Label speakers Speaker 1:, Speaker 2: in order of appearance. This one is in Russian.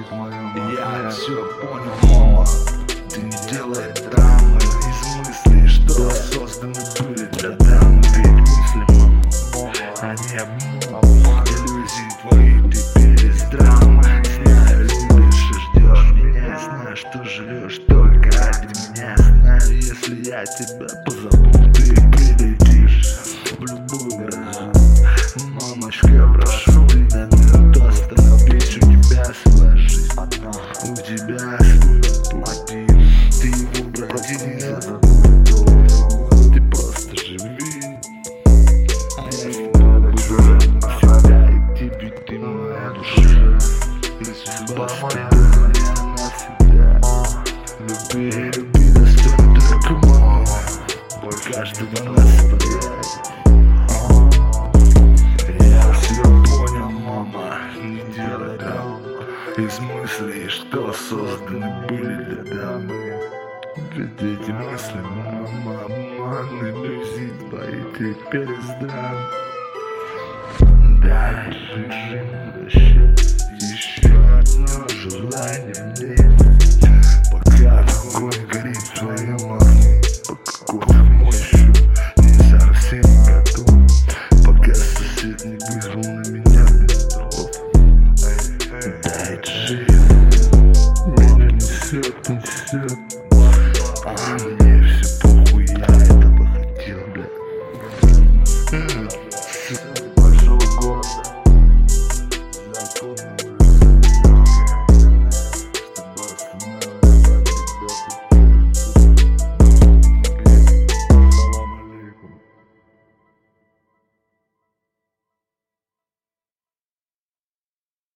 Speaker 1: в моем окне.
Speaker 2: Я все понял, мама, ты не делай драмы из мыслей, что созданы были для дамы. Ведь мысли, мама, они обман, иллюзии твои теперь из драмы. Знаю, любишь и ждешь меня, знаю, что живешь только ради меня. Знаю, если я тебя позову, ты прилетишь в любую грозу. Мамочка, прошу тебя, минуту остановись, у тебя своя жизнь, у тебя свой мотив, ты его броди не забудь, ты просто живи, а я буду рядом всегда, и тебе ты моя душа, и судьба моя навсегда. Люби, люби, достойно только мама, боль каждого нас спадает. Из мыслей, что созданы были для дамы. Ведь эти мысли, мама, обман, иллюзии твои теперь из драм. Дальше еще одно желание мне. Пока огонь горит в твоем окне, пока мой еще не совсем готов, пока сосед не вызвал на меня ментов. Дай жить, меня несет,